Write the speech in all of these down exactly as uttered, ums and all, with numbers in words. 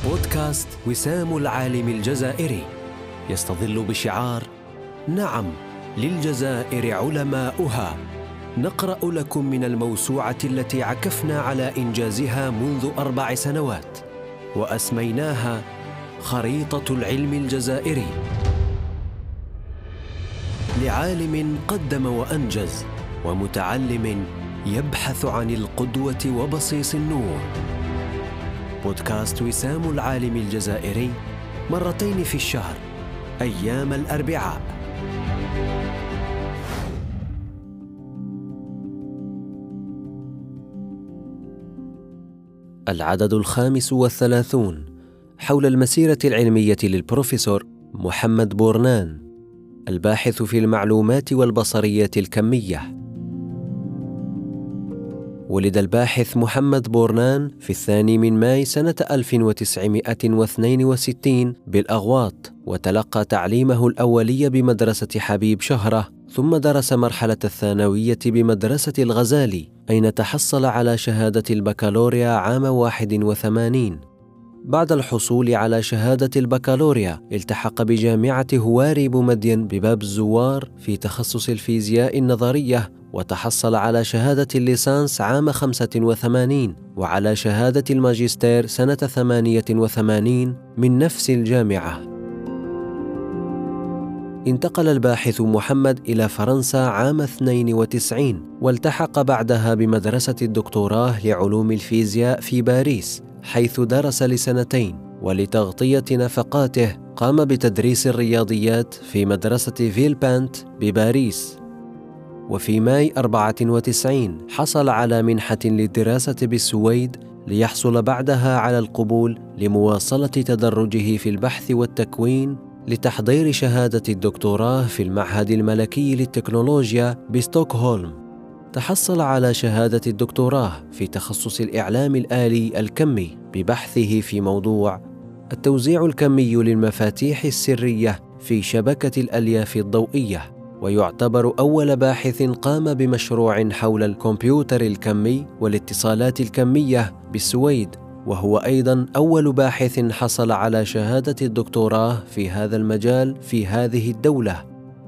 بودكاست وسام العالم الجزائري يستظل بشعار نعم للجزائر علماؤها. نقرأ لكم من الموسوعة التي عكفنا على إنجازها منذ أربع سنوات وأسميناها خريطة العلم الجزائري، لعالم قدم وأنجز ومتعلم يبحث عن القدوة وبصيص النور. بودكاست وسام العالم الجزائري مرتين في الشهر أيام الأربعاء. العدد الخامس والثلاثون حول المسيرة العلمية للبروفيسور محمد بورنان، الباحث في المعلومات والبصرية الكمية. ولد الباحث محمد بورنان في الثاني من ماي سنة ألف وتسعمائة واثنين وستين بالأغواط، وتلقى تعليمه الأولي بمدرسة حبيب شهرة، ثم درس مرحلة الثانوية بمدرسة الغزالي، أين تحصل على شهادة البكالوريا عام واحد وثمانين. بعد الحصول على شهادة البكالوريا التحق بجامعة هواري بومدين بباب الزوار في تخصص الفيزياء النظرية، وتحصل على شهادة الليسانس عام خمسة وثمانين وعلى شهادة الماجستير سنة ثمانية وثمانين من نفس الجامعة. انتقل الباحث محمد إلى فرنسا عام اثنين وتسعين، والتحق بعدها بمدرسة الدكتوراه لعلوم الفيزياء في باريس، حيث درس لسنتين، ولتغطية نفقاته قام بتدريس الرياضيات في مدرسة فيلبانت بباريس. وفي ماي أربعة وتسعين حصل على منحة للدراسة بالسويد، ليحصل بعدها على القبول لمواصلة تدرجه في البحث والتكوين لتحضير شهادة الدكتوراه في المعهد الملكي للتكنولوجيا بستوكهولم. تحصل على شهادة الدكتوراه في تخصص الإعلام الآلي الكمي ببحثه في موضوع التوزيع الكمي للمفاتيح السرية في شبكة الألياف الضوئية، ويعتبر أول باحث قام بمشروع حول الكمبيوتر الكمي والاتصالات الكمية بالسويد، وهو أيضاً أول باحث حصل على شهادة الدكتوراه في هذا المجال في هذه الدولة.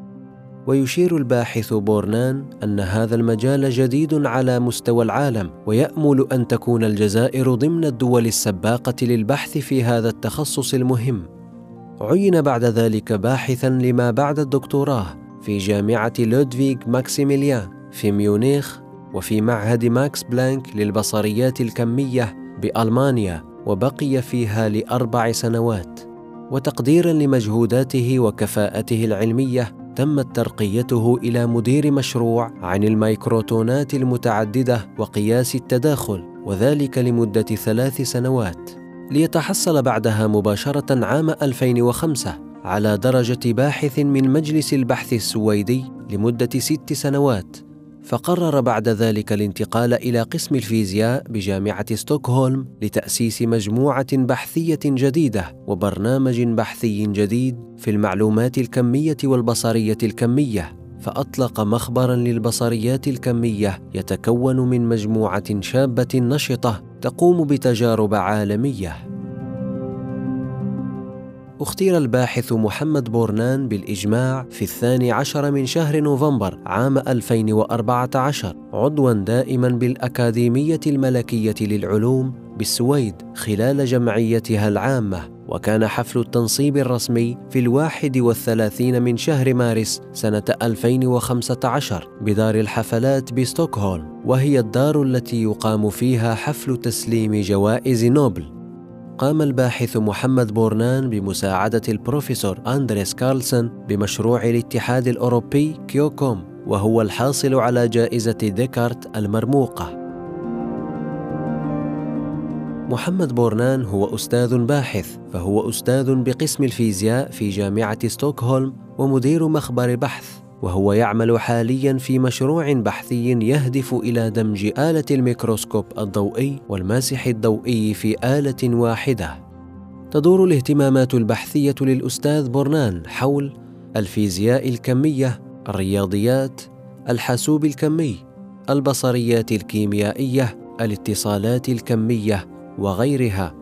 ويشير الباحث بورنان أن هذا المجال جديد على مستوى العالم، ويأمل أن تكون الجزائر ضمن الدول السباقة للبحث في هذا التخصص المهم. عين بعد ذلك باحثاً لما بعد الدكتوراه في جامعة لودفيغ ماكسيميليان في ميونخ، وفي معهد ماكس بلانك للبصريات الكمية بألمانيا، وبقي فيها لأربع سنوات. وتقديراً لمجهوداته وكفاءته العلمية تمت ترقيته إلى مدير مشروع عن الميكروتونات المتعددة وقياس التداخل، وذلك لمدة ثلاث سنوات، ليتحصل بعدها مباشرة عام ألفين وخمسة على درجة باحث من مجلس البحث السويدي لمدة ست سنوات. فقرر بعد ذلك الانتقال إلى قسم الفيزياء بجامعة ستوكهولم لتأسيس مجموعة بحثية جديدة وبرنامج بحثي جديد في المعلومات الكمية والبصرية الكمية، فأطلق مخبراً للبصريات الكمية يتكون من مجموعة شابة نشطة تقوم بتجارب عالمية. اختير الباحث محمد بورنان بالإجماع في الثاني عشر من شهر نوفمبر عام ألفين وأربعة عشر عضواً دائماً بالأكاديمية الملكية للعلوم بالسويد خلال جمعيتها العامة، وكان حفل التنصيب الرسمي في الواحد والثلاثين من شهر مارس سنة ألفين وخمسة عشر بدار الحفلات بستوكهولم، وهي الدار التي يقام فيها حفل تسليم جوائز نوبل. قام الباحث محمد بورنان بمساعدة البروفيسور أندريس كارلسون بمشروع الاتحاد الأوروبي كيوكوم، وهو الحاصل على جائزة ديكارت المرموقة. محمد بورنان هو أستاذ باحث، فهو أستاذ بقسم الفيزياء في جامعة ستوكهولم ومدير مخبر بحث، وهو يعمل حالياً في مشروع بحثي يهدف إلى دمج آلة الميكروسكوب الضوئي والماسح الضوئي في آلة واحدة. تدور الاهتمامات البحثية للأستاذ بورنان حول الفيزياء الكمية، الرياضيات، الحاسوب الكمي، البصريات الكيميائية، الاتصالات الكمية وغيرها،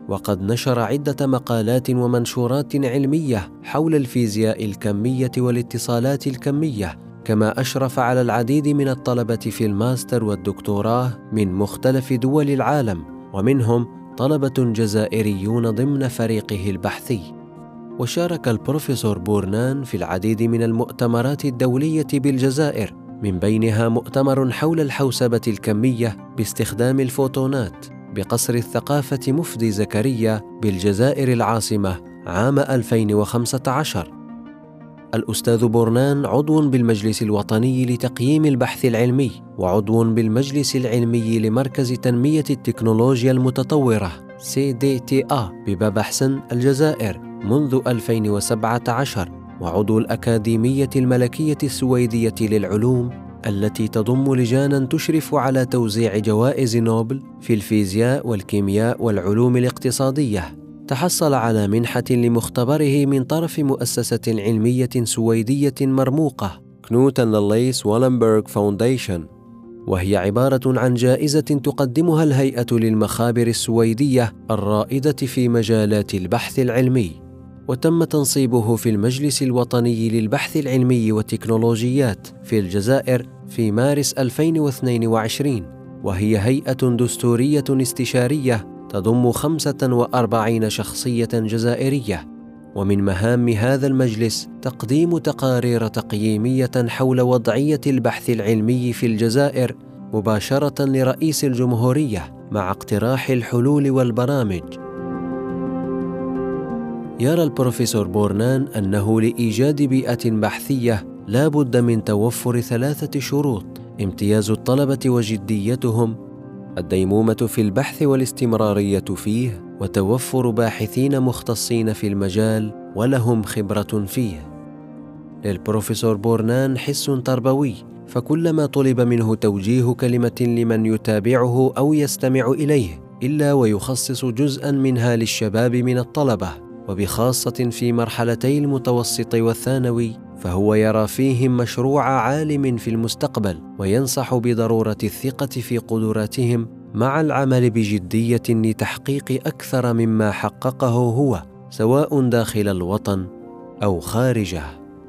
وقد نشر عدة مقالات ومنشورات علمية حول الفيزياء الكمية والاتصالات الكمية، كما أشرف على العديد من الطلبة في الماستر والدكتوراه من مختلف دول العالم، ومنهم طلبة جزائريون ضمن فريقه البحثي. وشارك البروفيسور بورنان في العديد من المؤتمرات الدولية بالجزائر، من بينها مؤتمر حول الحوسبة الكمية باستخدام الفوتونات بقصر الثقافة مفدي زكريا بالجزائر العاصمة عام ألفين وخمسة عشر. الأستاذ بورنان عضو بالمجلس الوطني لتقييم البحث العلمي، وعضو بالمجلس العلمي لمركز تنمية التكنولوجيا المتطورة سي دي تي إيه بباب حسن الجزائر منذ ألفين وسبعة عشر، وعضو الأكاديمية الملكية السويدية للعلوم التي تضم لجانا تشرف على توزيع جوائز نوبل في الفيزياء والكيمياء والعلوم الاقتصادية. تحصل على منحة لمختبره من طرف مؤسسة علمية سويدية مرموقة كنوت أند ليس والنبرغ فاونديشن، وهي عبارة عن جائزة تقدمها الهيئة للمخابر السويدية الرائدة في مجالات البحث العلمي. وتم تنصيبه في المجلس الوطني للبحث العلمي والتكنولوجيات في الجزائر في مارس ألفين واثنين وعشرين، وهي هيئة دستورية استشارية تضم خمسة وأربعين شخصية جزائرية. ومن مهام هذا المجلس تقديم تقارير تقييمية حول وضعية البحث العلمي في الجزائر مباشرة لرئيس الجمهورية مع اقتراح الحلول والبرامج. يرى البروفيسور بورنان أنه لإيجاد بيئة بحثية لا بد من توفر ثلاثة شروط: امتياز الطلبة وجديتهم، الديمومة في البحث والاستمرارية فيه، وتوفر باحثين مختصين في المجال ولهم خبرة فيه. للبروفيسور بورنان حس تربوي، فكلما طلب منه توجيه كلمة لمن يتابعه أو يستمع إليه إلا ويخصص جزءاً منها للشباب من الطلبة، وبخاصة في مرحلتي المتوسط والثانوي، فهو يرى فيهم مشروع عالم في المستقبل، وينصح بضرورة الثقة في قدراتهم مع العمل بجدية لتحقيق أكثر مما حققه هو، سواء داخل الوطن أو خارجه.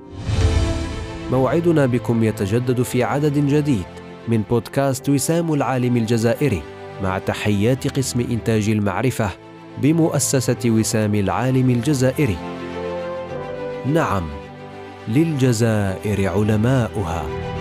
موعدنا بكم يتجدد في عدد جديد من بودكاست وسام العالم الجزائري، مع تحيات قسم إنتاج المعرفة بمؤسسة وسام العالم الجزائري. نعم، للجزائر علماؤها.